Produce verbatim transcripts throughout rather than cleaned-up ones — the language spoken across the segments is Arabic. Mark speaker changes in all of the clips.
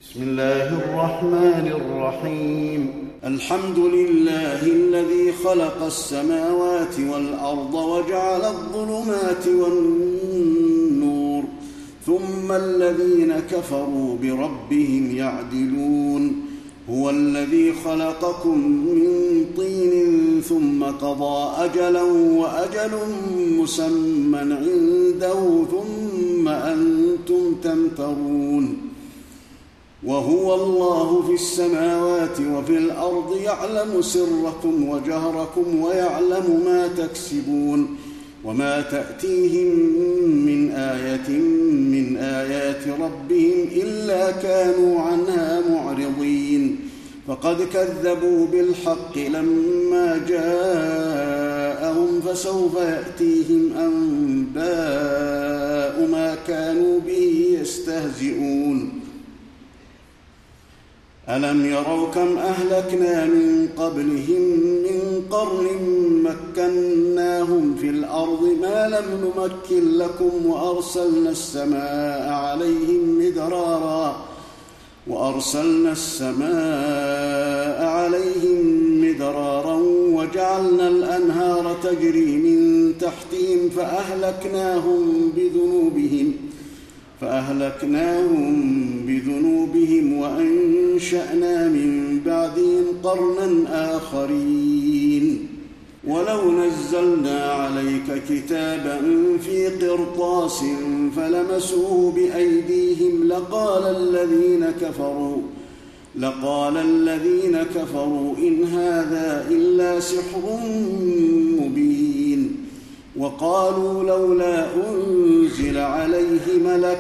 Speaker 1: بسم الله الرحمن الرحيم. الحمد لله الذي خلق السماوات والأرض وجعل الظلمات والنور ثم الذين كفروا بربهم يعدلون. هو الذي خلقكم من طين ثم قضى أجلا وأجل مسمى عنده ثم أنتم تمترون. وهو الله في السماوات وفي الأرض يعلم سركم وجهركم ويعلم ما تكسبون. وما تأتيهم من آية من آيات ربهم إلا كانوا عنها معرضين. فقد كذبوا بالحق لما جاءهم فسوف يأتيهم أنباء ما كانوا به يستهزئون. ألم يروا كم أهلكنا من قبلهم من قرن مكناهم في الأرض ما لم نمكن لكم وأرسلنا السماء عليهم مدرارا وأرسلنا السماء عليهم مدرارا وجعلنا الأنهار تجري من تحتهم فأهلكناهم بذنوبهم فأهلكناهم بذنوبهم وأنشأنا من بعدهم قرنا آخرين. ولو نزلنا عليك كتابا في قرطاس فلمسوه بأيديهم لقال الذين كفروا لقال الذين كفروا إن هذا إلا سحر مبين. وقالوا لولا أنزل عليه ملك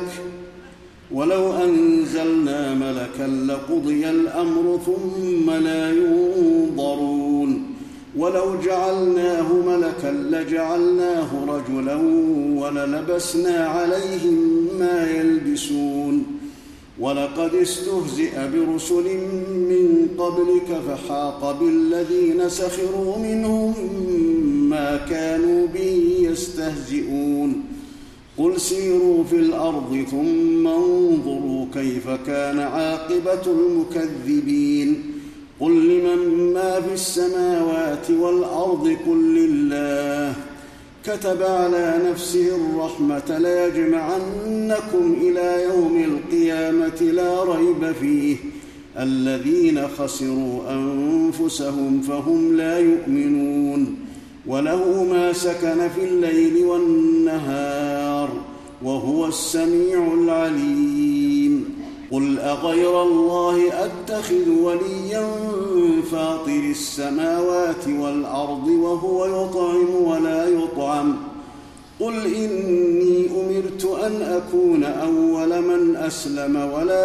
Speaker 1: ولو أنزلنا ملكا لقضي الأمر ثم لا ينظرون. ولو جعلناه ملكا لجعلناه رجلا وللبسنا عليهم ما يلبسون. ولقد استهزئ برسل من قبلك فحاق بالذين سخروا منهم ما كانوا به يستهزئون. قل سيروا في الأرض ثم انظروا كيف كان عاقبة المكذبين. قل لمن ما في السماوات والأرض قل لله كتب على نفسه الرحمة ليجمعنكم إلى يوم القيامة لا ريب فيه الذين خسروا أنفسهم فهم لا يؤمنون. وله ما سكن في الليل والنهار وهو السميع العليم. قل أغير الله أتخذ وليا فاطر السماوات والأرض وهو يطعم ولا يطعم. قل إني أمرت أن أكون أول من أسلم ولا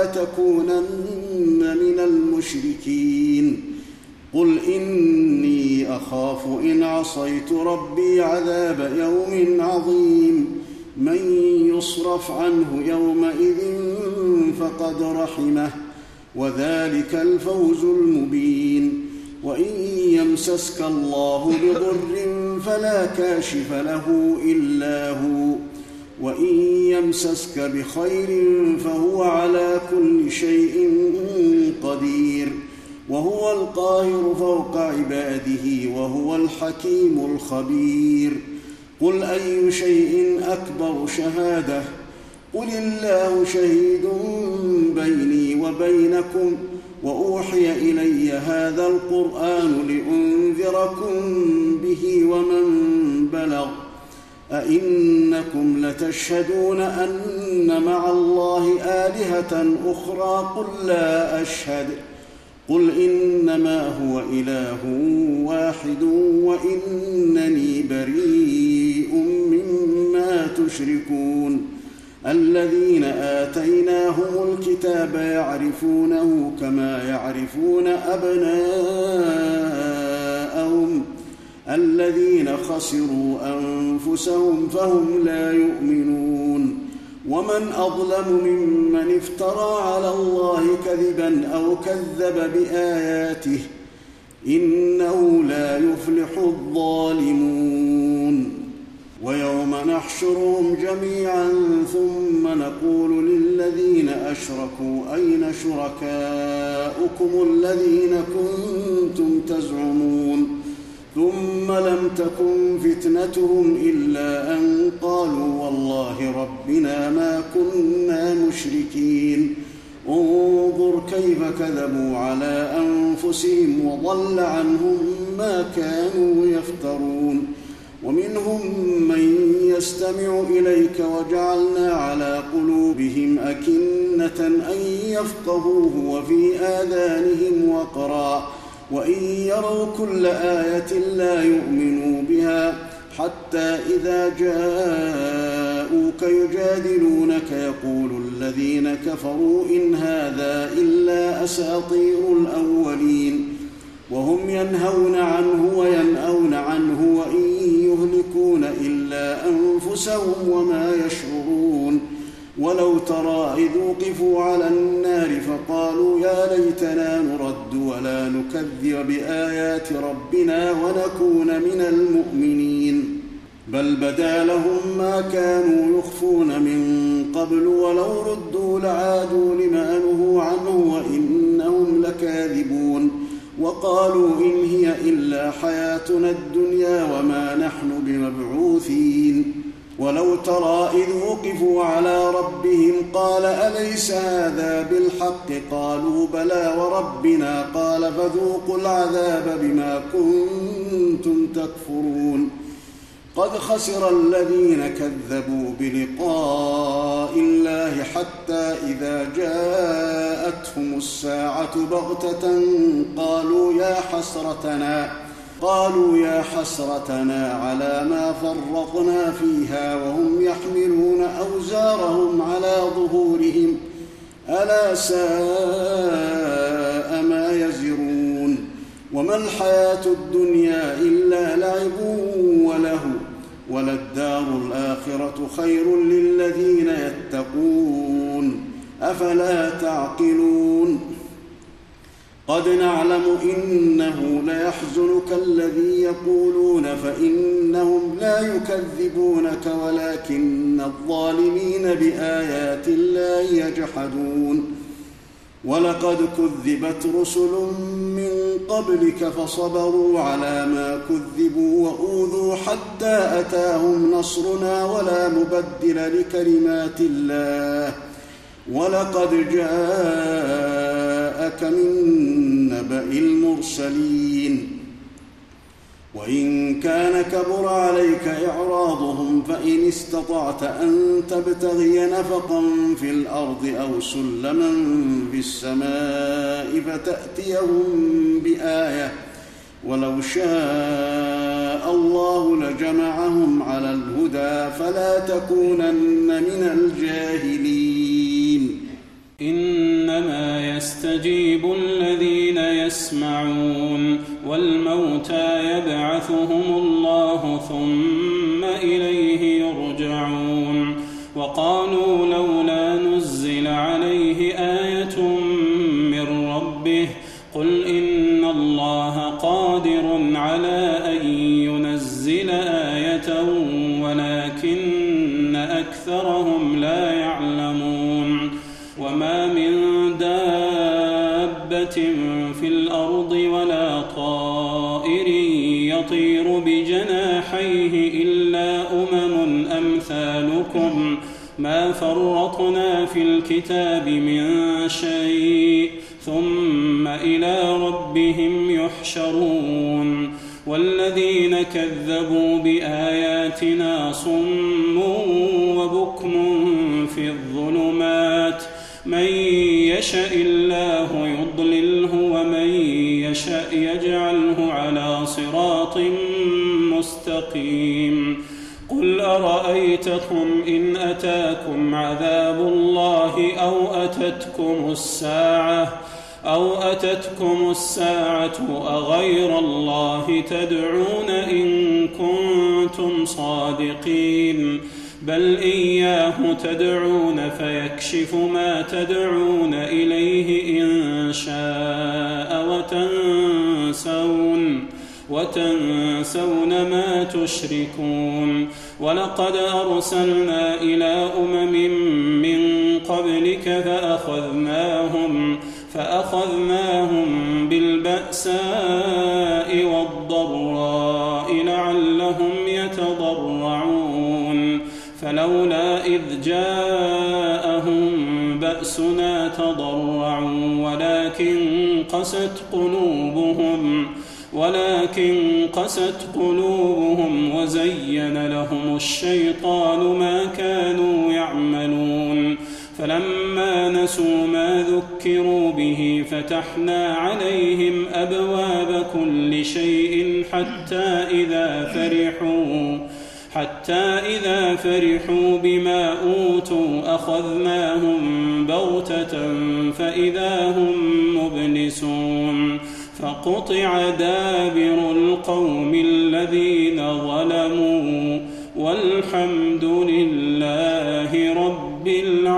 Speaker 1: تكونن من المشركين. قل إني أخاف إن عصيت ربي عذاب يوم عظيم. من يصرف عنه يومئذ فقد رحمه وذلك الفوز المبين. وإن يمسسك الله بضر فلا كاشف له إلا هو وإن يمسسك بخير فهو على كل شيء قدير وهو القاهر فوق عباده وهو الحكيم الخبير. قل أي شيء أكبر شهادة قل الله شهيد بيني وبينكم وأوحي إلي هذا القرآن لأنذركم به ومن بلغ. أئنكم لتشهدون أن مع الله آلهة أخرى قل لا أشهد قل إنما هو إله واحد وإنني بريء مما تشركون. الذين آتيناهم الكتاب يعرفونه كما يعرفون أبناءهم الذين خسروا أنفسهم فهم لا يؤمنون. ومن أظلم ممن افترى على الله كذبا أو كذب بآياته إنه لا يفلح الظالمون. ويوم نحشرهم جميعا ثم نقول للذين أشركوا أين شركاؤكم الذين كنتم تزعمون ثم لم تكن فتنتهم إلا أن قالوا والله ربنا ما كنا مشركين انظر كيف كذبوا على أنفسهم وضل عنهم ما كانوا يفترون ومنهم من يستمع إليك وجعلنا على قلوبهم أكنة أن يفقهوه وفي آذانهم وقرا وإن يروا كل آية لا يؤمنوا بها حتى إذا جاءوك يجادلونك يقول الذين كفروا إن هذا إلا أساطير الأولين وهم ينهون عنه وينأون عنه وإن يهلكون إلا أنفسهم وما يشعرون ولو ترى إذ وقفوا على النار فقالوا يا ليتنا نرد ولا نكذب بآيات ربنا ونكون من المؤمنين بل بدا لهم ما كانوا يخفون من قبل ولو ردوا لعادوا لما نهوا عنه وإنهم لكاذبون وقالوا إن هي إلا حياتنا الدنيا وما نحن بمبعوثين ولو ترى إذ وقفوا على ربهم قال أليس هذا بالحق قالوا بلى وربنا قال فذوقوا العذاب بما كنتم تكفرون قد خسر الذين كذبوا بلقاء الله حتى إذا جاءتهم الساعة بغتة قالوا يا حسرتنا قالوا يا حسرتنا على ما فرطنا فيها وهم يحملون أوزارهم على ظهورهم ألا ساء ما يزرون وما الحياة الدنيا إلا لعب وله وللدار الآخرة خير للذين يتقون أفلا تعقلون قد نعلم إنه ليحزنك الذي يقولون فإنهم لا يكذبونك ولكن الظالمين بآيات الله يجحدون ولقد كذبت رسل من قبلك فصبروا على ما كذبوا وأوذوا حتى أتاهم نصرنا ولا مبدل لكلمات الله ولقد جاءك من نبأ المرسلين وإن كان كبر عليك إعراضهم فإن استطعت أن تبتغي نفقا في الأرض أو سلما في السماء فتأتيهم بآية ولو شاء الله لجمعهم على الهدى فلا تكونن من الجاهلين
Speaker 2: إنما يستجيب الذين يسمعون والموتى يبعثهم الله ثم إليه يرجعون وقالوا لولا نزل عليه آية من ربه قل إن الله قادر على أن ينزل آية ولكن أكثرهم لا يعلمون وما من دابة في الأرض ولا طائر يطير بجناحيه إلا أمم أمثالكم ما فرطنا في الكتاب من شيء ثم إلى ربهم يحشرون والذين كذبوا بآياتنا صم وبكم في الظلمات من يشاء الله يضلله ومن يشاء يجعله على صراط مستقيم قل أرأيتكم إن أتاكم عذاب الله أو أتتكم الساعة أو أتتكم الساعة أغير الله تدعون إن كنتم صادقين بل إياه تدعون فيكشف ما تدعون إليه إن شاء وتنسون وتنسون ما تشركون ولقد أرسلنا إلى أمم من قبلك فأخذناهم فأخذناهم بالبأساء والضراء لعلهم يتضرعون فلولا إذ جاءهم بأسنا تضرعوا ولكن قست قلوبهم ولكن قست قلوبهم وزين لهم الشيطان ما كانوا يعملون فلما نسوا ما ذكروا به فتحنا عليهم أبواب كل شيء حتى إذا فرحوا حتى إذا فرحوا بما أوتوا أخذناهم بغتة فإذا هم مبلسون فقطع دابر القوم الذين ظلموا والحمد لله رب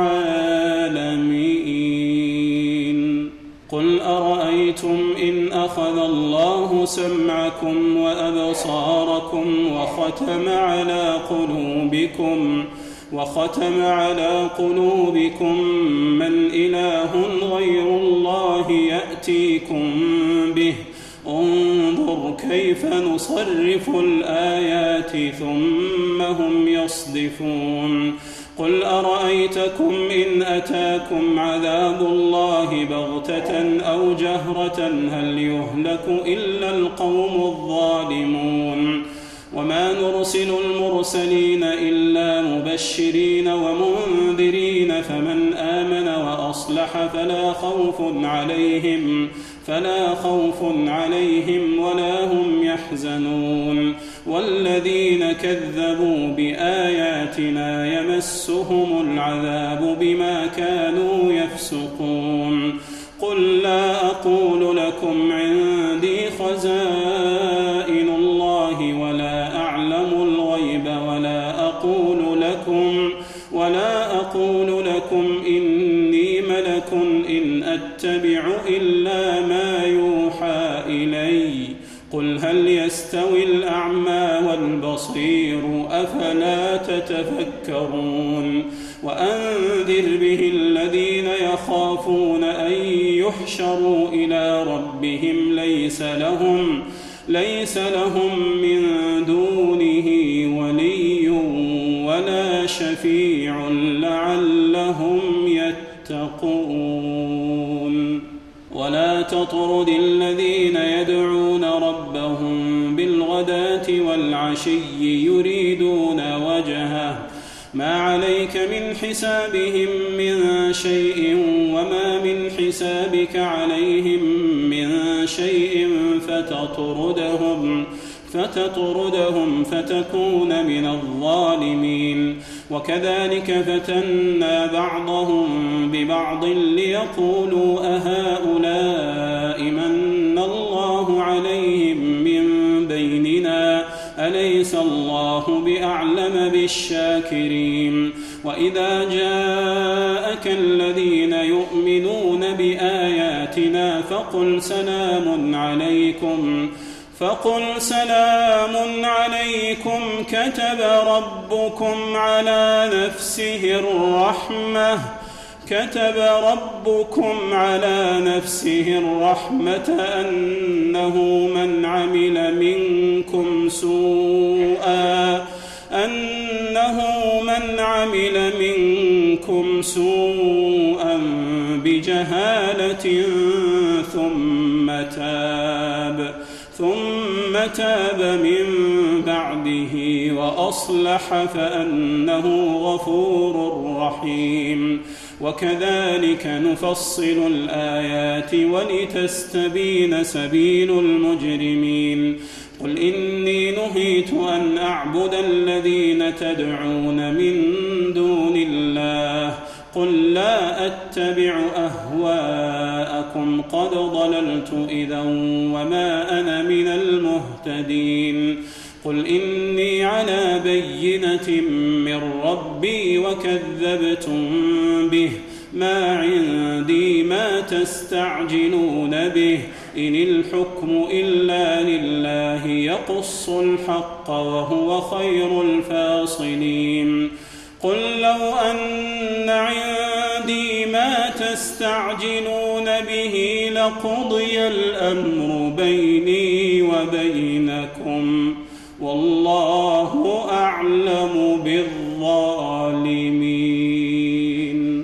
Speaker 2: العالمين. قل أرأيتم إن أخذ الله سمعكم وأبصاركم وختم على قلوبكم وختم على قلوبكم من إله غير الله يأتيكم به انظر كيف نصرف الآيات ثم هم يصدفون. قل أرأيتكم إن أتاكم عذاب الله بغتة أو جهرة هل يهلك إلا القوم الظالمون وما نرسل المرسلين إلا مبشرين ومنذرين فمن آمن وأصلح فلا خوف عليهم فلا خوف عليهم ولا هم يحزنون والذين كذبوا بآياتنا يمسهم العذاب بما كانوا يفسقون. قل لا أقول لكم عندي خزائن الله ولا أعلم الغيب ولا أقول لكم ولا أقول لكم إني ملك إن أتبع إلا ما يوحى إلي قل هل يستوي الأعمى والبصير أفلا تتفكرون. وأنذر به الذين يخافون أن يحشروا إلى ربهم ليس لهم ليس لهم من دونه ولي ولا شفيع لعلهم يتقون. ولا تطرد الذين يدعون ربهم بالغداة والعشي يريدون وجهه ما عليك من حسابهم من شيء وما من حسابك عليهم من شيء فتطردهم فتطردهم فتكون من الظالمين. وكذلك فتنا بعضهم ببعض ليقولوا أهؤلاء من الله عليهم من بيننا أليس الله بأعلم بالشاكرين. وإذا جاءك الذين يؤمنون بآياتنا فقل سلام عليكم فقل سلام عليكم كتب ربكم على نفسه الرحمة كتب ربكم على نفسه الرحمة أنه من عمل منكم سوءا أنه من عمل منكم سوءا بجهالة ثم تاب ثم تاب من بعده وأصلح فأنه غفور رحيم. وكذلك نفصل الآيات ولتستبين سبيل المجرمين. قل إني نهيت أن أعبد الذين تدعون من دون الله قل لا أتبع أهواءكم قد ضللت إذا وما أنا من المهتدين. قل إني على بينة من ربي وكذبتم به ما عندي ما تستعجلون به إن الحكم إلا لله يقص الحق وهو خير الفاصلين قل لو أن عندي ما تستعجلون به لقضي الأمر بيني وبينكم والله أعلم بالظالمين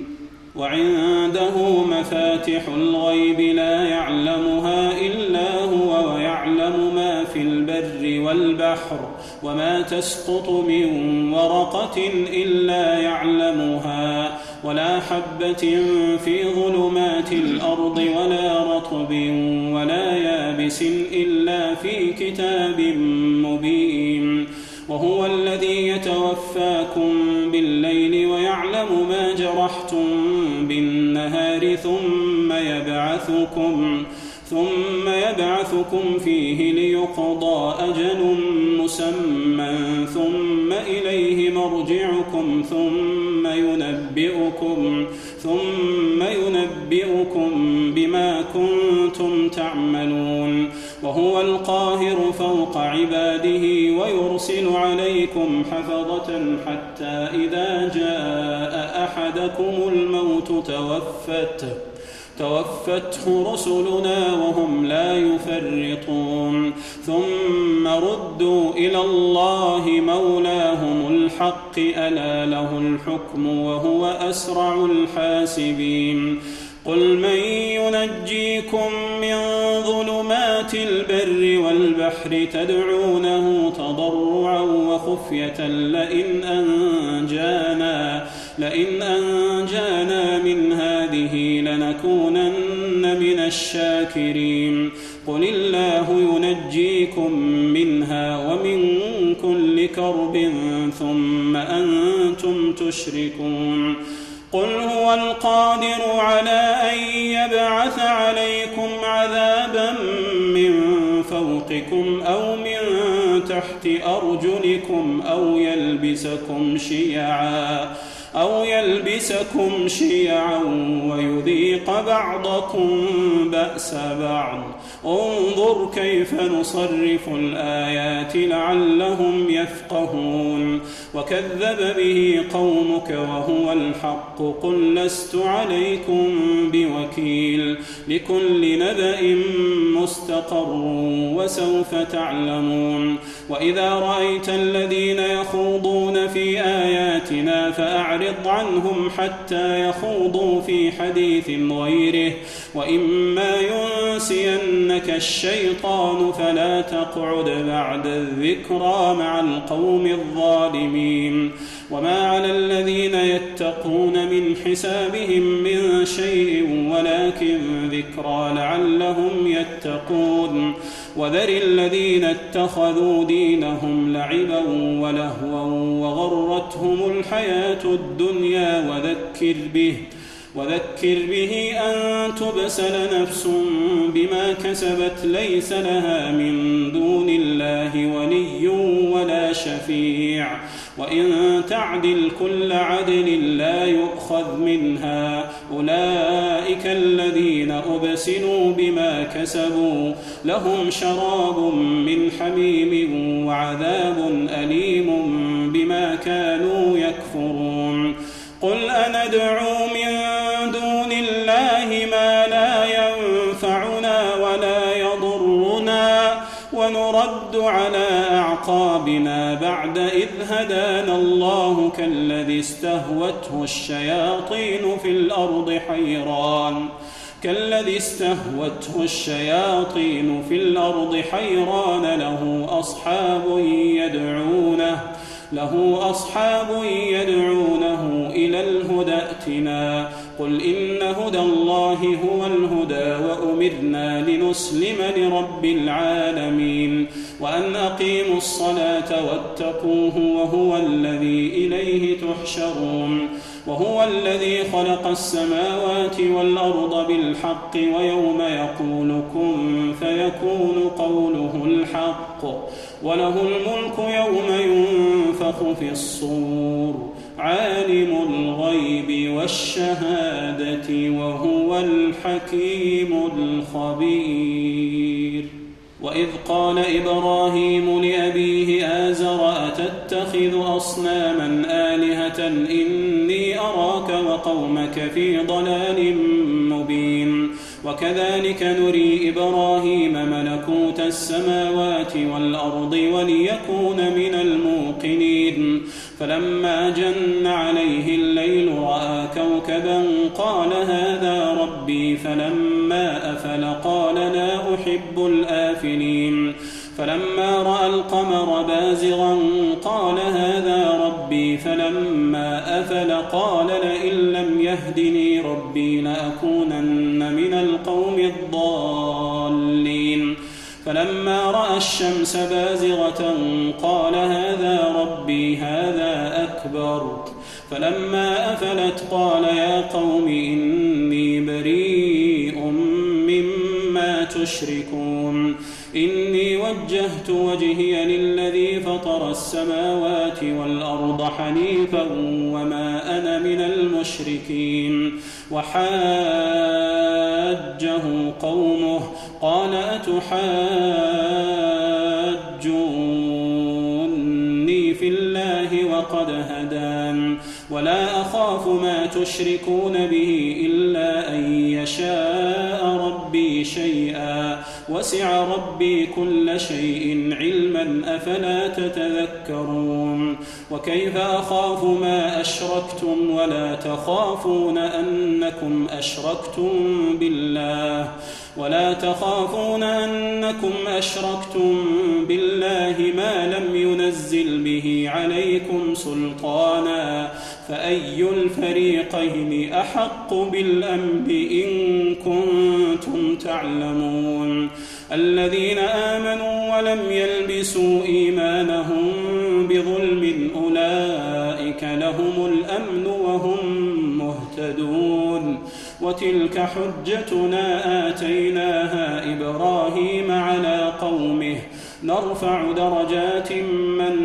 Speaker 2: وعنده مفاتح الغيب لا يعلمها إلا هو ويعلم ما في البر والبحر وما تسقط من ورقة إلا يعلمها ولا حبة في ظلمات الأرض ولا رطب ولا يابس إلا في كتاب مبين وهو الذي يتوفاكم بالليل ويعلم ما جرحتم بالنهار ثم يبعثكم ثم يبعثكم فيه ليقضى أجل مسمى ثم إليه مرجعكم ثم ينبئكم ثم ينبئكم بما كنتم تعملون وهو القاهر فوق عباده ويرسل عليكم حفظة حتى إذا جاء أحدكم الموت توفته توفته رسلنا وهم لا يفرطون ثم ردوا إلى الله مولاهم الحق ألا له الحكم وهو أسرع الحاسبين قل من ينجيكم من ظلمات البر والبحر تدعونه تضرعا وخفية لئن أنجانا لئن أنجانا من هذه لنكونن من الشاكرين قل الله ينجيكم منها ومن كل كرب ثم أنتم تشركون قل هو القادر على أن يبعث عليكم عذابا من فوقكم أو من تحت أرجلكم أو يلبسكم شيعا أو يلبسكم شيعا ويذيق بعضكم بأس بعض انظر كيف نصرف الآيات لعلهم يفقهون وكذب به قومك وهو الحق قل لست عليكم بوكيل لكل نبأ مستقر وسوف تعلمون وإذا رأيت الذين يخوضون في آياتنا فأعرض عنهم حتى يخوضوا في حديث غيره وإما ينسينك الشيطان فلا تقعد بعد الذكرى مع القوم الظالمين وما على الذين يتقون من حسابهم من شيء ولكن ذكرى لعلهم يتقون وذر الذين اتخذوا دينهم لعبا ولهوا وغرتهم الحياة الدنيا وذكر به وذكر به أن تبسل نفس بما كسبت ليس لها من دون الله ولي ولا شفيع وإن تعدل كل عدل لا يؤخذ منها أولئك الذين أبسلوا بما كسبوا لهم شراب من حميم وعذاب أليم بما كانوا يكفرون قل أندعو من دون الله ما لا ينفعنا ولا يضرنا ونرد على أعقابنا بعد إذ هدانا الله كالذي استهوته الشياطين في الأرض حيران كالذي استهوته الشياطين في الأرض حيران له أصحاب يدعونه له أصحاب يدعونه إلى الهدى ائتنا قل إن هدى الله هو الهدى وأمرنا لنسلم لرب العالمين وأن أقيموا الصلاة واتقوه وهو الذي إليه تحشرون وهو الذي خلق السماوات والأرض بالحق ويوم يقول كن فيكون قوله الحق وله الملك يوم ينفخ في الصور عالم الغيب والشهادة وهو الحكيم الخبير. وإذ قال إبراهيم لأبيه آزر أتتخذ أصناما آلهة إني أراك وقومك في ضلال مبين. وكذلك نري إبراهيم ملكوت السماوات والأرض وليكون من الموقنين. فلما جن عليه الليل رأى كوكبا قال هذا ربي فلما أفل قال لا أحب الآفلين. فلما رأى القمر بازغا قال هذا ربي فلما أفل قال لئن لم يهدني ربي لأكونن من القوم الضالين. فلما رأى الشمس بازغة قال هذا ربي هذا أكبر. فلما أفلت قال يا قوم إني بريء مما تشركون إني وجهت وجهي للذي فطر السماوات والأرض حنيفا وما أنا من المشركين. وحاجه قومه قال أتحاجوني في الله وقد هدان ولا أخاف ما تشركون به إلا أن يشاء ربي شيئا وسع ربي كل شيء علما أفلا تتذكرون. وكيف أخاف ما أشركتم ولا تخافون أنكم أشركتم بالله ولا تخافون أنكم أشركتم بالله ما لم ينزل به عليكم سلطانا فأي الفريقين أحق بالأمن إن كنتم تعلمون. الذين آمنوا ولم يلبسوا إيمانهم بظلم أولئك لهم الأمن وهم مهتدون. وتلك حجتنا آتيناها إبراهيم على قومه نرفع درجات من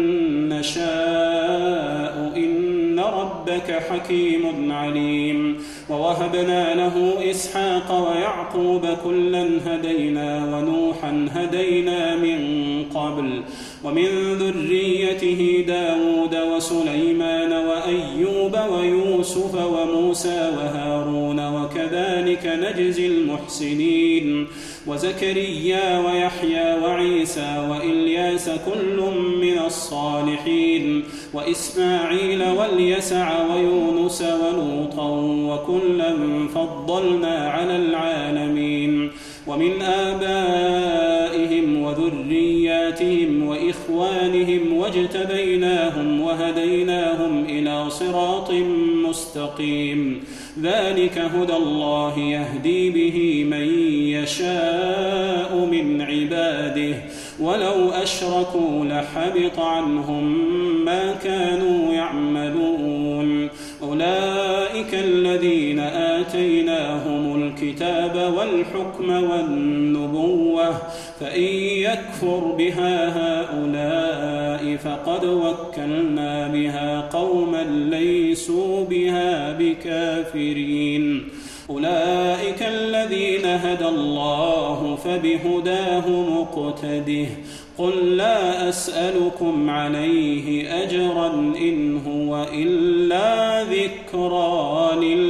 Speaker 2: نشاء إن ربك حكيم عليم. ووهبنا له إسحاق ويعقوب كلا هدينا ونوحا هدينا من قبل ومن ذريته داود وسليمان وأيوب ويوسف وموسى وهارون وكذلك نجزي المحسنين. وزكريا ويحيى وعيسى وإلياس كل من الصالحين وإسماعيل واليسع ويونس ولوطا وكلا فضلنا على العالمين. ومن آبائهم وذرياتهم وإخوانهم واجتبيناهم وهديناهم إلى صراط مستقيم. ذلك هدى الله يهدي به من يشاء من عباده ولو أشركوا لحبط عنهم ما كانوا يعملون. أولئك الذين آتيناهم الكتاب والحكم والنبوة فإن يكفر بها هؤلاء فقد وكلنا بها قوما ليسوا بها بكافرين. أولئك الذين هدى الله فبهداه مقتده. قل لا أسألكم عليه أجرا إن هو إلا ذكرى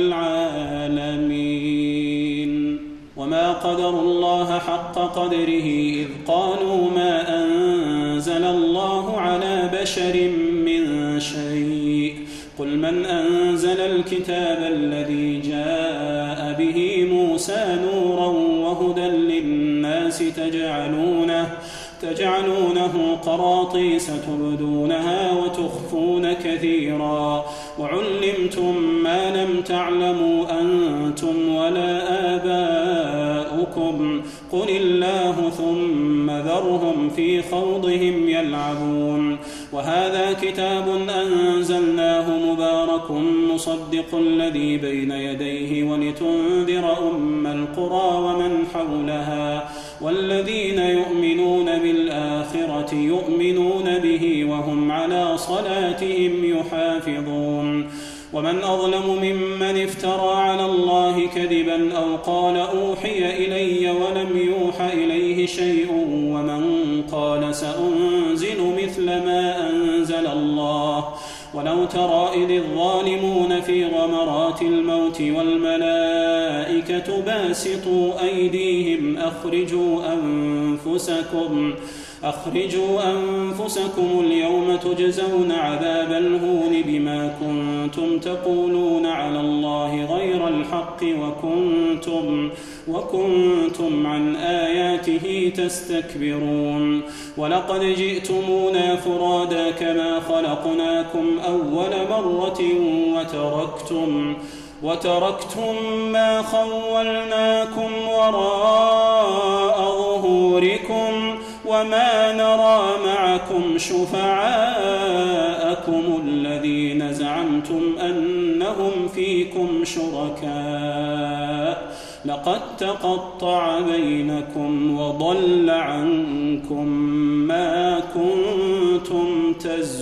Speaker 2: للعالمين. وما قدروا الله حق قدره إذ قالوا ما أنزل الله على بشر من شيء. قل من أنزل الكتاب الذي جاء به موسى نورا وهدى للناس تجعلونه تجعلونه قراطيس تبدونها وتخفون كثيرا وعلمتم ما لم تعلموا أنتم ولا آباؤكم قل الله ثم ذرهم في خوضهم يلعبون. وهذا كتاب أنزلناه مبارك مصدق الذي بين يديه ولتنذر أم القرى ومن حولها والذين يؤمنون بالآخرة يؤمنون به وهم على صلاتهم يحافظون. ومن أظلم ممن افترى على الله كذبا أو قال أوحي إلي ولم يوح إليه شيء ومن قال سأنزل مثل ما أنزل الله ولو ترى إذ الظالمون في غمرات الموت والملائكة باسطوا أيديهم أخرجوا أنفسكم أخرجوا أنفسكم اليوم تجزون عذاب الهون بما كنتم تقولون على الله غير الحق وكنتم, وكنتم عن آياته تستكبرون ولقد جئتمونا فرادا كما خلقناكم أول مرة وتركتم وتركتم ما خولناكم وراء ظهوركم وما نرى معكم شفعاءكم الذين زعمتم أنهم فيكم شركاء لقد تقطع بينكم وضل عنكم ما كنتم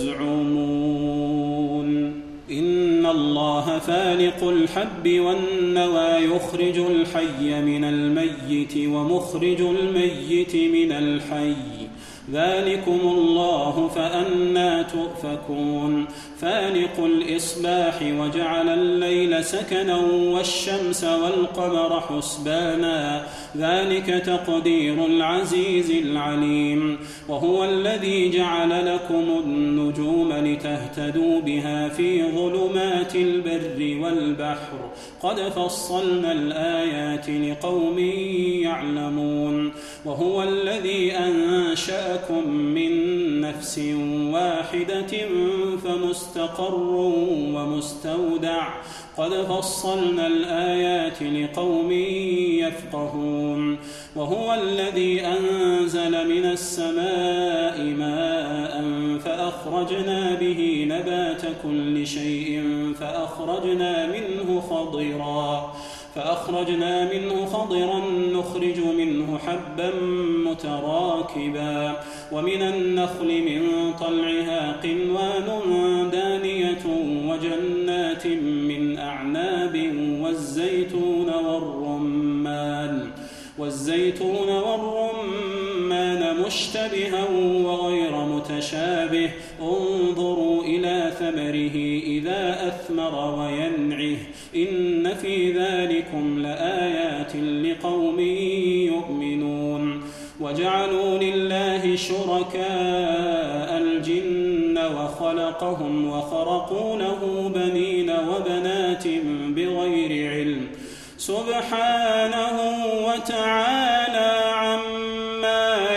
Speaker 2: تزعمون إن الله فالق الحب والنوى يخرج الحي من الميت ومخرج الميت من الحي ذلكم الله فأنى تؤفكون فالق الإصباح وجعل الليل سكنا والشمس والقمر حسبانا ذلك تقدير العزيز العليم وهو الذي جعل لكم النجوم لتهتدوا بها في ظلمات البر والبحر قد فصلنا الآيات لقوم يعلمون وهو الذي أنشأكم من نفس واحدة فمستقر ومستودع قد فصلنا الآيات لقوم يفقهون وهو الذي أنزل من السماء ماء فأخرجنا به نبات كل شيء فأخرجنا منه خضرا فأخرجنا منه خضرا نخرج منه حبا متراكبا ومن النخل من طلعها قنوان دانية وجنات من أعناب والزيتون والرمان والزيتون والرمان مشتبها وغير متشابه انظروا إلى ثمره إذا أثمر وينعه إن في ذلكم لآيات لقوم يؤمنون وجعلوا لله شركاء الجن وخلقهم وخرقوا له بنين وبنات بغير علم سبحانه وتعالى عما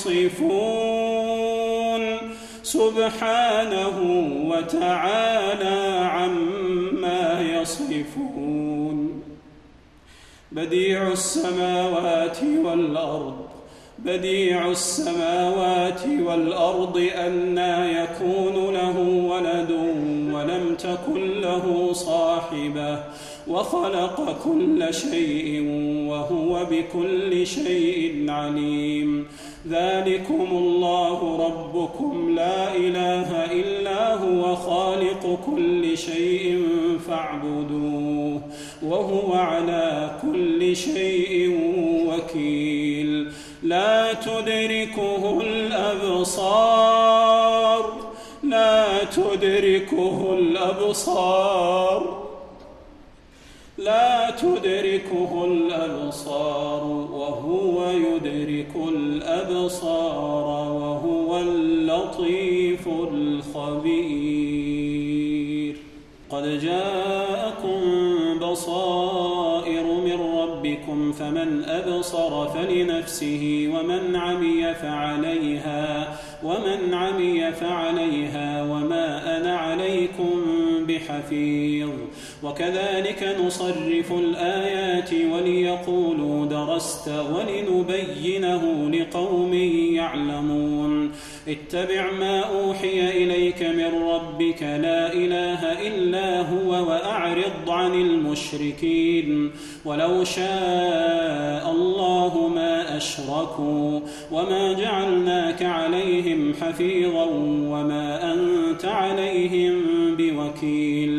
Speaker 2: يصفون سبحانه وتعالى عما يصفون بديع السماوات والأرض بديع السماوات والأرض أنى يكون له ولد ولم تكن له صاحبة وخلق كل شيء وهو بكل شيء عليم ذلكم الله ربكم لا إله إلا هو خالق كل شيء فاعبدوه وهو على كل شيء وكيل لا تدركه الأبصار لا تدركه الأبصار لا تدركه الأبصار وهو يدرك الأبصار وهو اللطيف الخبير قد جاءكم بصائر من ربكم فمن أبصر فلنفسه ومن عمي فعليها ومن عمي فعليها وما أنا عليكم بحفيظ وكذلك نصرف الآيات وليقولوا درست ولنبينه لقوم يعلمون اتبع ما أوحي إليك من ربك لا إله إلا هو وأعرض عن المشركين ولو شاء الله ما أشركوا وما جعلناك عليهم حفيظا وما أنت عليهم بوكيل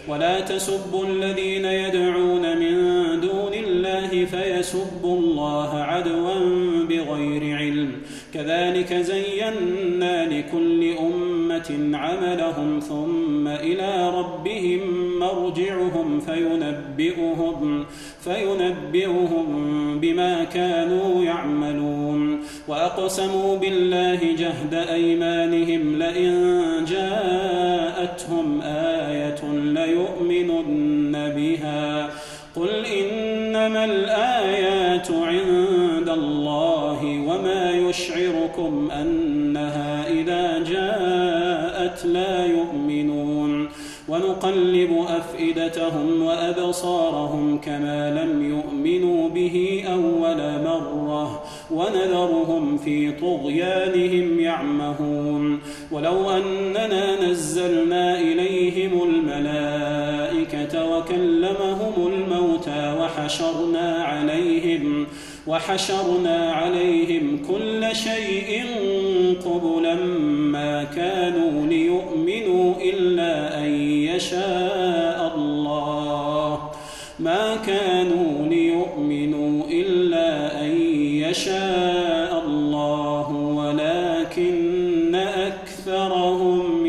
Speaker 2: ولا تسبوا الذين يدعون من دون الله فيسبوا الله عدوا بغير علم كذلك زينا لكل أمة عملهم ثم إلى ربهم مرجعهم فينبئهم, فينبئهم بما كانوا يعملون وأقسموا بالله جهد أيمانهم لئن جاءتهم آية ليؤمنن بها قل إنما الآيات عند الله وما يشعركم أنها إذا جاءت لا يؤمنون ونقلب أفئدتهم وأبصارهم كما لم يؤمنوا به أول مرة ونذرهم في طغيانهم يعمهون ولو أننا نزلنا إليهم الملائكة وكلمهم الموتى وحشرنا عليهم وحشرنا عليهم كل شيء قبلا ما كانوا ليؤمنوا إلا أن يشاء الله ما كانوا ليؤمنوا إلا أن يشاء الله ولكن أكثرهم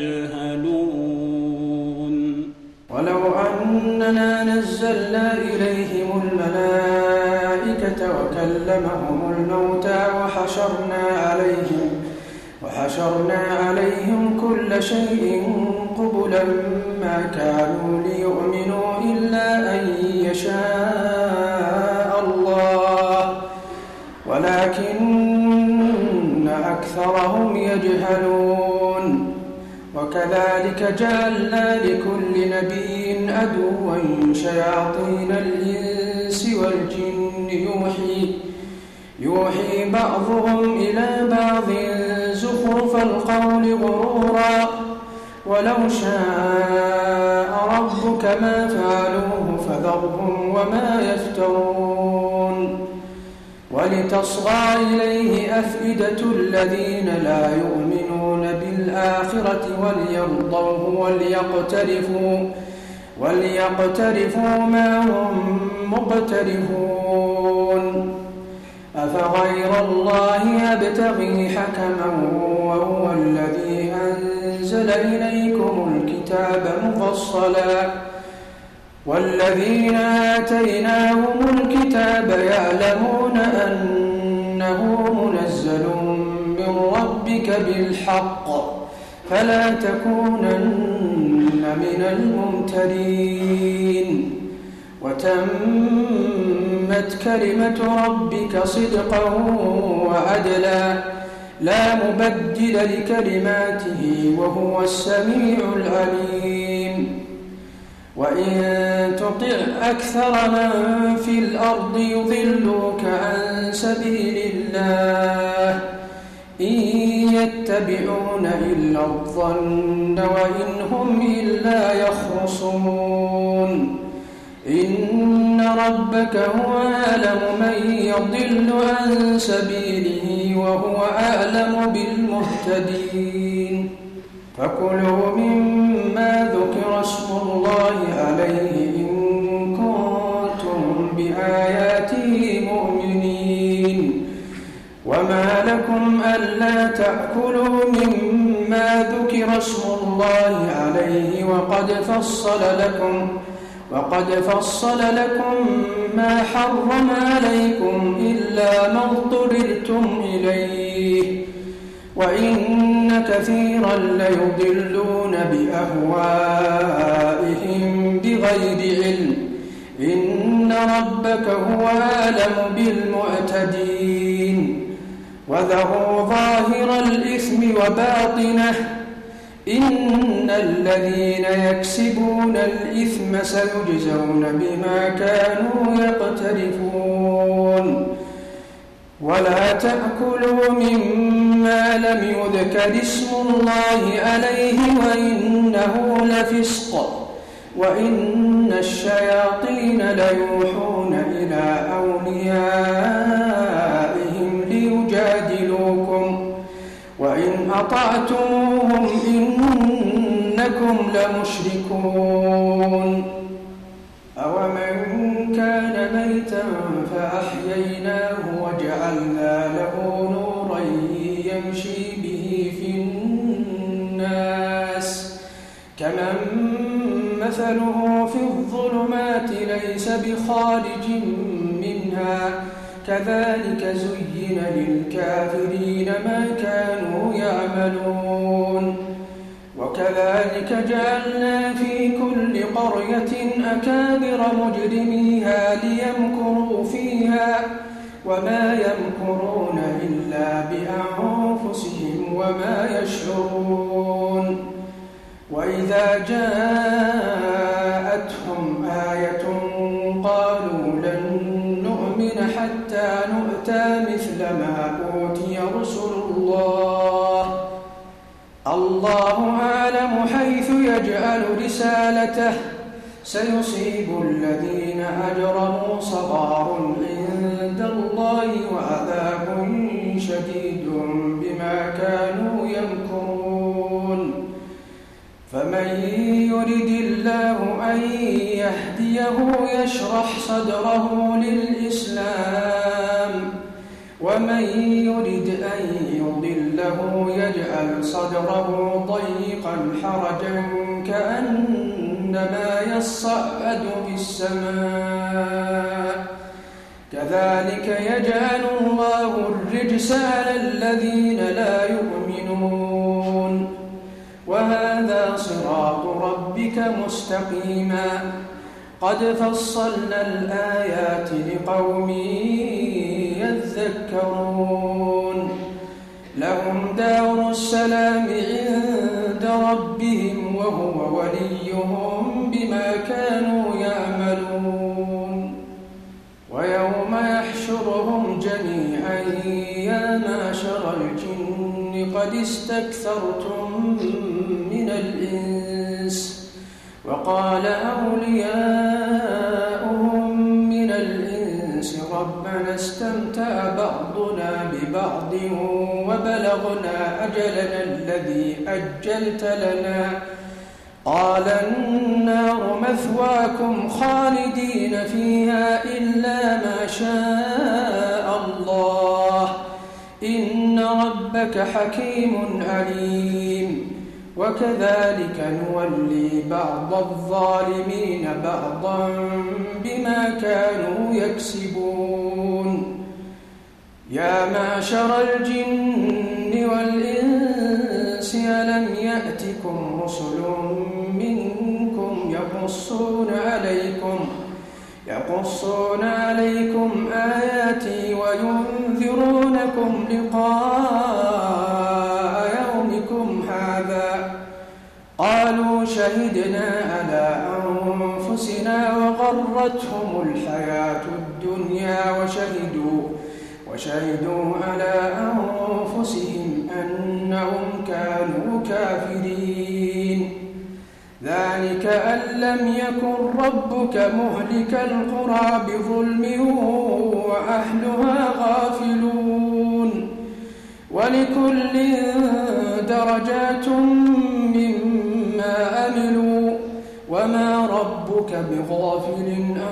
Speaker 2: يجهلون
Speaker 3: ولو أننا نزلنا إليهم الملائكة وكلمهم الموتى وحشرنا عليهم وحشرنا عليهم كل شيء قبلا ما كانوا ليؤمنوا إلا أن يشاء الله ولكن أكثرهم يجهلون وكذلك جعلنا لكل نبي عدوا شياطين الإنس والجن يوحي, يوحي بعضهم إلى بعض زخرف القول غرورا ولو شاء ربك ما فعلوه فذرهم وما يفترون ولتصغى إليه أفئدة الذين لا يؤمنون بالآخرة وليرضوه وليقترفوا, وليقترفوا ما هم مقترفون أفغير الله يبتغي حكما وهو الذي أنزل إليكم الكتاب مفصلا والذين آتيناهم الكتاب يعلمون أنه منزل من ربك بالحق فلا تكونن من الممترين وتمت كلمة ربك صدقا وعدلا لا مبدل لكلماته وهو السميع العليم وإن تطع أكثر من في الأرض يضلوك عن سبيل الله إن يتبعون إلا الظن وإن هم إلا يخرصون إن ربك هو أعلم من يضل عن سبيله وهو أعلم بالمهتدين فكلوا مما ذكر اسم الله عليه إن كنتم بآياته مؤمنين وما لكم ألا تأكلوا مما ذكر اسم الله عليه وقد فصل لكم وقد فصل لكم ما حرم عليكم إلا ما اضطررتم إليه وإن كثيرا ليضلون بأهوائهم بغير علم إن ربك هو أعلم بالمعتدين وذروا ظاهر الإثم وباطنه إن الذين يكسبون الإثم سيجزون بما كانوا يقترفون ولا تأكلوا مما لم يذكر اسم الله عليه وإنه لفسق وإن الشياطين ليوحون إلى أوليائهم ليجادلوكم وإن أطعتموهم إنكم لمشركون هديناه وجعلنا له نورا يمشي به في الناس كمن مثله في الظلمات ليس بخارج منها كذلك زين للكافرين ما كانوا يعملون وكذلك جعلنا في كل قرية أكابر مجرميها ليمكروا فيها وما يمكرون إلا بأنفسهم وما يشعرون وإذا جاءتهم آية قالوا لن نؤمن حتى نؤتى مثل ما أوتي رسل الله الله أعلم حيث يجعل رسالته سيصيب الذين أجرموا صغار عند الله وعذاب شديد بما كانوا يمكرون فمن يرد الله أن يهديه يشرح صدره للإسلام ومن يرد أن يضله يجعل صدره ضيقا حرجا كأنما يصعد في السماء كذلك يجعل الله الرجس على الذين لا يؤمنون وهذا صراط ربك مستقيما قد فصلنا الآيات لقوم يذكرون لهم دار السلام عند ربهم وهو وليهم بما كانوا يعملون ويوم يحشرهم جميعا يا معشر الجن قد استكثرتم من الإنس وقال أولياؤهم من الإنس ربنا استمتع بعضنا ببعض وبلغنا أجلنا الذي أجلت لنا قال النار مثواكم خالدين فيها إلا ما شاء الله إن ربك حكيم عليم وكذلك نولي بعض الظالمين بعضا بما كانوا يكسبون يا معشر الجن والإنس ألم يأتكم رسل منكم يقصون عليكم يقصون عليكم آياتي وينذرونكم لقاء يومكم هذا قالوا شهدنا على أنفسنا وغرتهم الحياة الدنيا وشهدوا وشهدوا على أنفسهم أنهم كانوا كافرين ذلك أن لم يكن ربك مهلك القرى بظلم وأهلها غافلون ولكل درجات مما عملوا وما ربك بغافل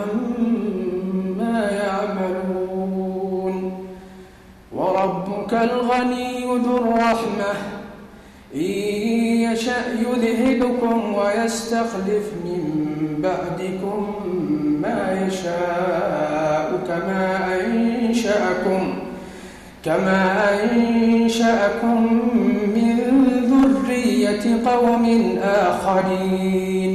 Speaker 3: عما يعملون وربك الغني ذو الرحمة إن يشأ يذهبكم ويستخلف من بعدكم ما يشاء كما أنشأكم كما أنشأكم من ذرية قوم آخرين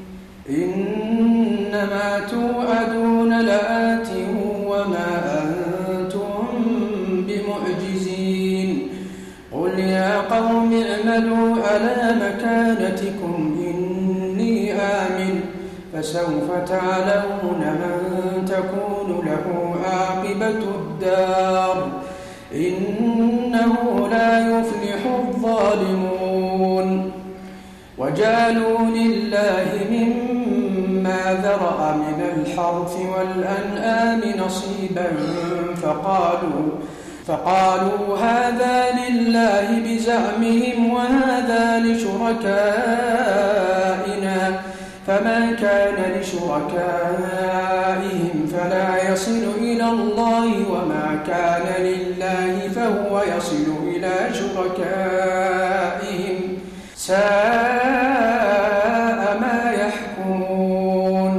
Speaker 3: إنما توعدون لآت وما أنتم بمعجزين قل يا قوم اعملوا على مكانتكم إني آمن فسوف تعلمون من تكون له عاقبة الدار إنه لا يفلح الظالمون وجعلوا لله مما ذرأ من الحرث والأنعام نصيبا فقالوا فقالوا هذا لله بزعمهم وهذا لشركائنا فما كان لشركائهم فلا يصل إلى الله وما كان لله فهو يصل إلى شركائهم ساء ما يحكمون.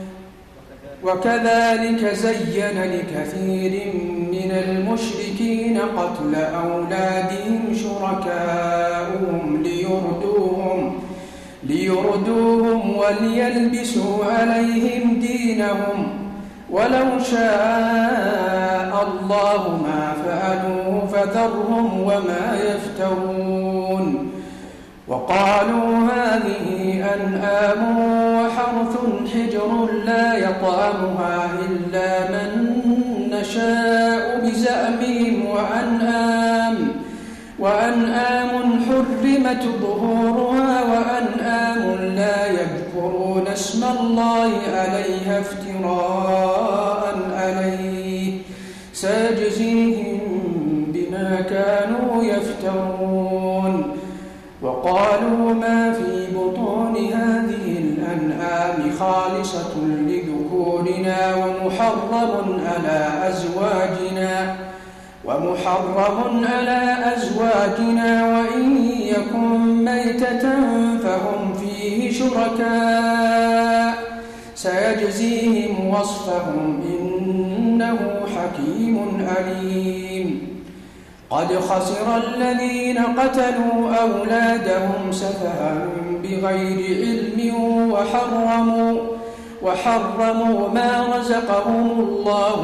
Speaker 3: وكذلك زين لكثير من المشركين قتل أولادهم شركاؤهم ليردوهم ليردوهم وليلبسوا عليهم دينهم ولو شاء الله ما فعلوه فذرهم وما يفترون. وقالوا هذه أنعام وحرث حجر لا يطعمها إلا من نشاء بزعمهم وأنعام وأنعام حرمت ظهورها وأنعام لا يذكرون اسم الله عليها افتراء عليه سيجزيهم بما كانوا يفترون. وقالوا ما في بطون هذه الأنعام خالصة لذكورنا ومحرم على أزواجنا ومحرم على أزواجنا وإن يكن ميتة فهم فيه شركاء سيجزيهم وصفهم إنه حكيم عليم. قد خسر الذين قتلوا أولادهم سفها بغير علم وحرموا وحرموا ما رزقهم الله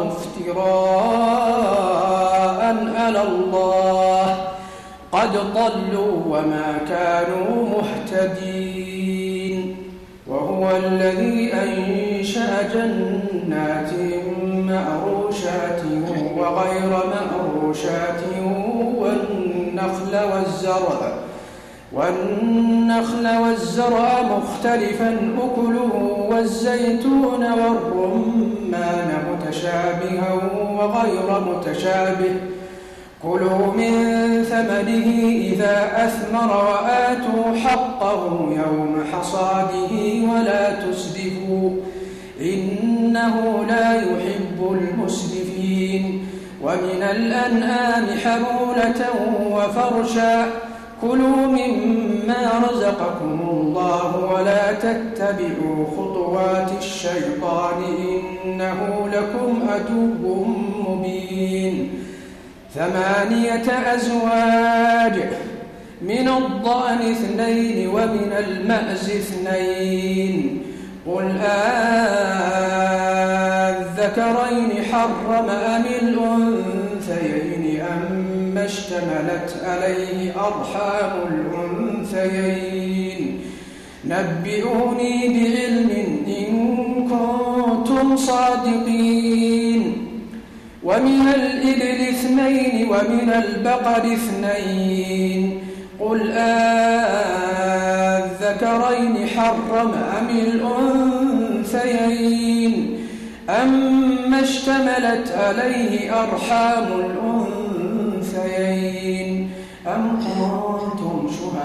Speaker 3: افتراء على الله قد ضلوا وما كانوا مهتدين. وهو الذي أنشأ جنات معروشات وغير معروشات والنخل والزرع والنخل والزرع مختلفا أكله والزيتون والرمان متشابها وغير متشابه كلوا من ثمره إذا أثمر وآتوا حقه يوم حصاده ولا تسرفوا إنه لا يحب المسرفين. ومن الأنعام حمولة وفرشا كلوا مما رزقكم الله ولا تتبعوا خطوات الشيطان إنه لكم عدو مبين. ثمانية أزواج من الضأن اثنين ومن المأز اثنين قل أذكرين حرم أم الأنثيين أما اشتملت عليه أرحام الأنثيين نبئوني بعلم إن كنتم صادقين. ومن الإبل اثنين ومن البقر اثنين قل أذكرين حرم أم الأنثيين أما اشتملت عليه أرحام الأنثيين أم كنتم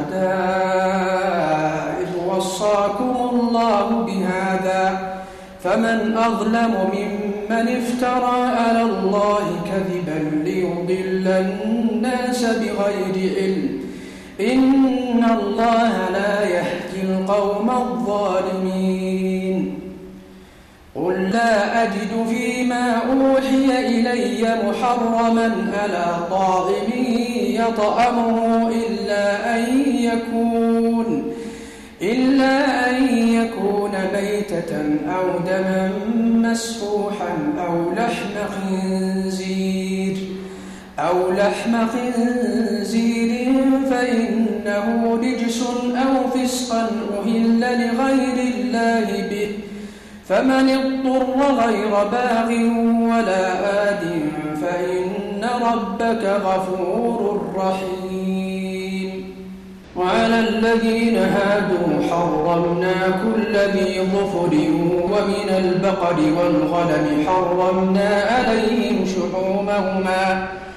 Speaker 3: شهداء إذ وصاكم الله بهذا فمن أظلم ممن افترى على الله كذبا ليضل الناس بغير علم إن الله لا يهدي القوم الظالمين. قل لا أجد فيما أوحي إلي محرما على طاعم يطعمه إلا أن يكون إلا أن يكون ميتة أو دما مسفوحا أو لحم خنزير أو لحم خنزير فإنه رجس أو فسقا أهل لغير الله به فمن اضطر غير باغ ولا آد فإن ربك غفور رحيم. وعلى الذين هادوا حرمنا كل ذي ظفر ومن البقر والغنم حرمنا عليهم شحومهما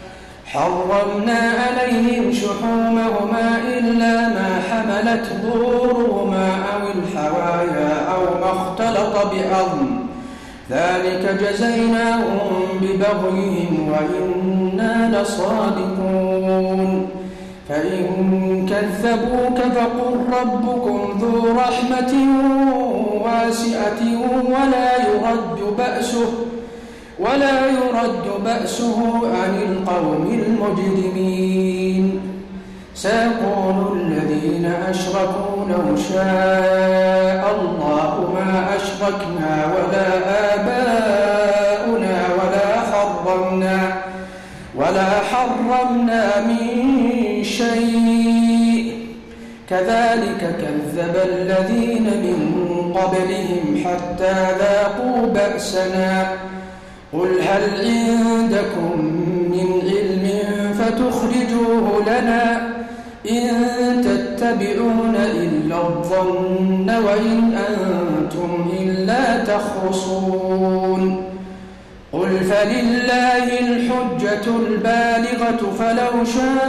Speaker 3: حرمنا عليهم شحومهما إلا ما حملت ظهورهما أو الحوايا أو ما اختلط بأظم ذلك جزيناهم ببغيهم وإنا لصادقون فإن كذبوك فقل ربكم ذو رحمة واسعة ولا يرد بأسه ولا يرد بأسه عن القوم المجرمين سيقول الذين أشركوا لو شاء الله ما أشركنا ولا آباؤنا ولا حرمنا ولا حرمنا من شيء كذلك كذب الذين من قبلهم حتى ذاقوا بأسنا قل هل عندكم من علم فتخرجوه لنا إن تتبعون إلا الظن وإن أنتم إلا تخرصون قل فلله الحجة البالغة فلو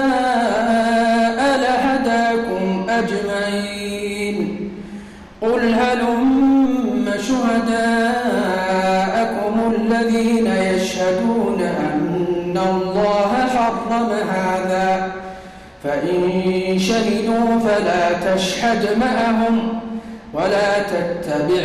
Speaker 3: شاء لهداكم أجمعين قل هلم شهداءكم الذين يشهدون أن الله حرم هذا فإن شهدوا فلا تشهد معهم ولا تتبع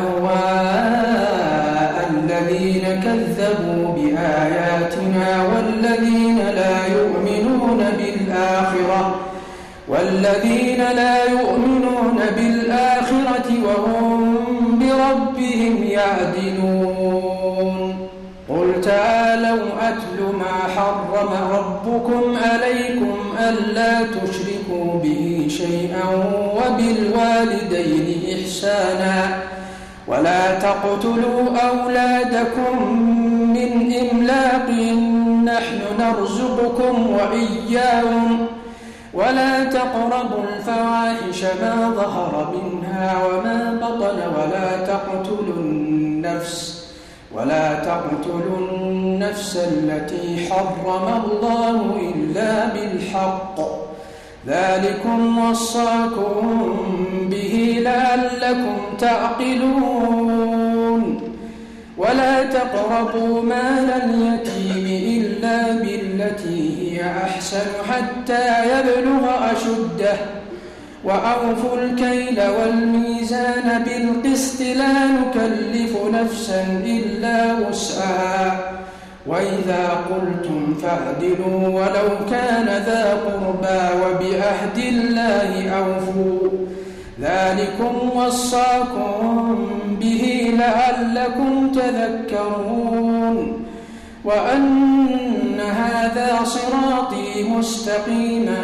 Speaker 3: أهواء الذين كذبوا بآياتنا والذين لا يؤمنون بالآخرة والذين لا يؤمنون بالآخرة وهم بربهم يعدلون قل تعالوا أتل ما حرم ربكم عليكم ألا تشركوا به شيئا وبالوالدين إحسانا ولا تقتلوا أولادكم من إملاق نحن نرزقكم وإياهم ولا تقربوا الفواحش ما ظهر منها وما بطن ولا تقتلوا النفس ولا تقتلوا النفس التي حرم الله إلا بالحق ذلكم وصاكم به لعلكم تعقلون ولا تقربوا مال اليتيم إلا بالتي هي أحسن حتى يبلغ أشده وأوفوا الكيل والميزان بالقسط لا نكلف نفسا إلا وسعها وإذا قلتم فاعدلوا ولو كان ذا قربى وبعهد الله أوفوا ذلكم وصاكم به لعلكم تذكرون وأن هذا صراطي مستقيما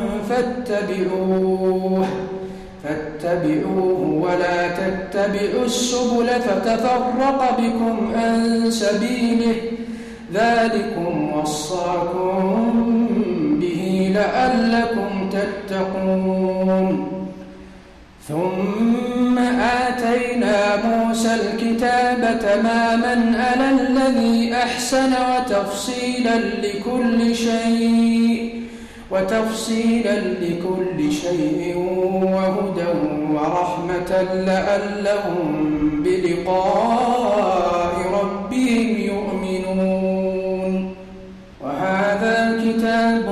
Speaker 3: فاتبعوه فاتبعوه ولا تتبعوا السبل فتفرق بكم عن سبيله ذلكم وصاكم به لعلكم تتقون ثم آتينا موسى الكتاب تماما على الذي أحسن وتفصيلا لكل شيء وتفصيلا لكل شيء وهدى ورحمة لعلهم بلقاء ربهم يؤمنون وهذا كتاب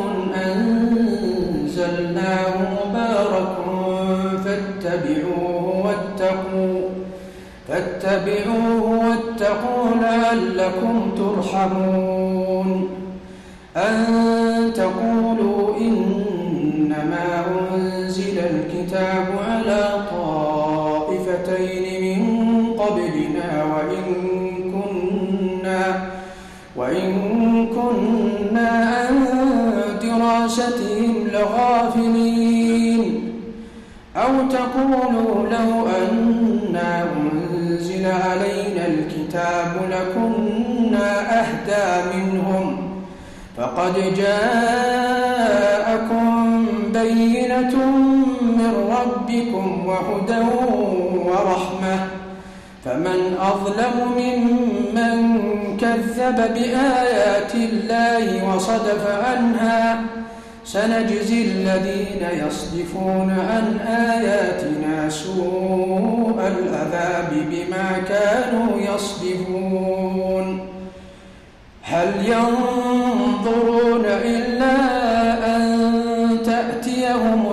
Speaker 3: أنزلناه مبارك فاتبعوه واتقوا فاتبعوه واتقوا لعلكم ترحمون أن تقولوا إنما أنزل الكتاب على طائفتين من قبلنا وإن كنا وإن كنا عن دراستهم لغافلين أو تقولوا لو أنا أنزل علينا الكتاب لكنا أهدى منهم فقد جاءكم بينة من ربكم وهدى ورحمة فمن أظلم ممن كذب بآيات الله وصدف عنها سنجزي الذين يصدفون عن آياتنا سوء العذاب بما كانوا يصدفون هل ينظرون إلا أن تأتيهم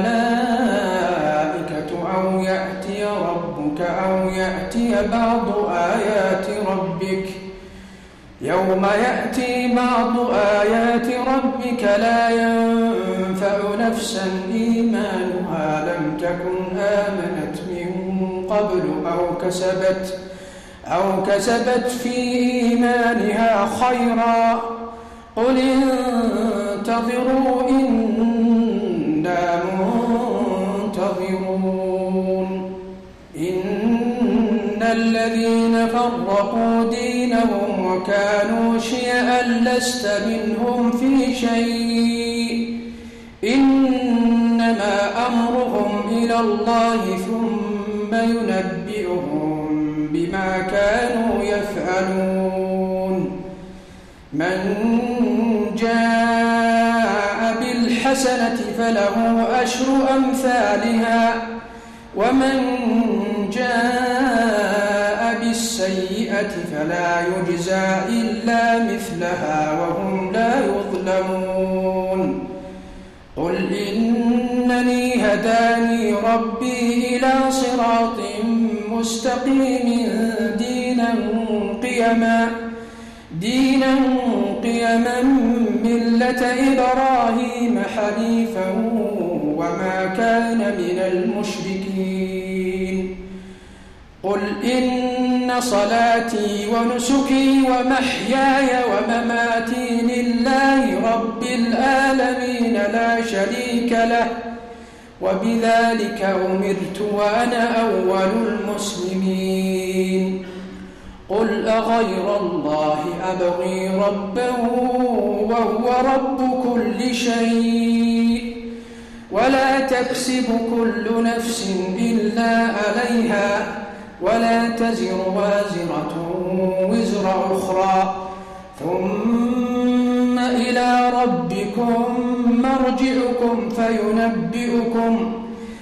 Speaker 3: الملائكة أو يأتي ربك أو يأتي بعض آيات ربك يوم يأتي بعض آيات ربك لا ينفع نفسا إيمانها لم تكن آمنت من قبل أو كسبت أو كسبت في إيمانها خيرا قل انتظروا إنا منتظرون إن الذين فرقوا دينهم وكانوا شيعا لست منهم في شيء إنما أمرهم إلى الله ثم ينبئهم بما كانوا يفعلون من جاء بالحسنة فله أشر أمثالها ومن جاء بالسيئة فلا يجزى إلا مثلها وهم لا يظلمون قل إنني هداني ربي إلى صراط مستقيم دينا قيما دينا قيما ملة إبراهيم حنيفا وما كان من المشركين قل إن صلاتي ونسكي ومحياي ومماتي لله رب العالمين لا شريك له وبذلك أمرت وأنا أول المسلمين قل أغير الله أبغي ربا وهو رب كل شيء ولا تكسب كل نفس إلا عليها ولا تزر وازرة وزر أخرى ثم إلى ربكم مرجعكم فينبئكم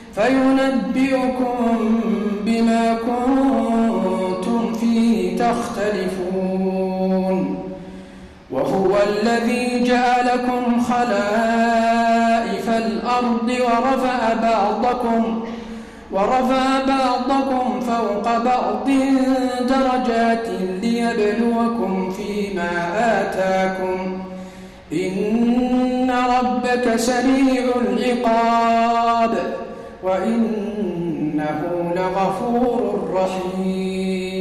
Speaker 3: فينبئكم بما كنتم فيه تختلفون وهو الذي جعلكم خلائف الأرض ورفع بعضكم ورفع بعضكم فوق بعض درجات ليبلوكم فيما آتاكم إن ربك سريع العقاب وإنه لغفور رحيم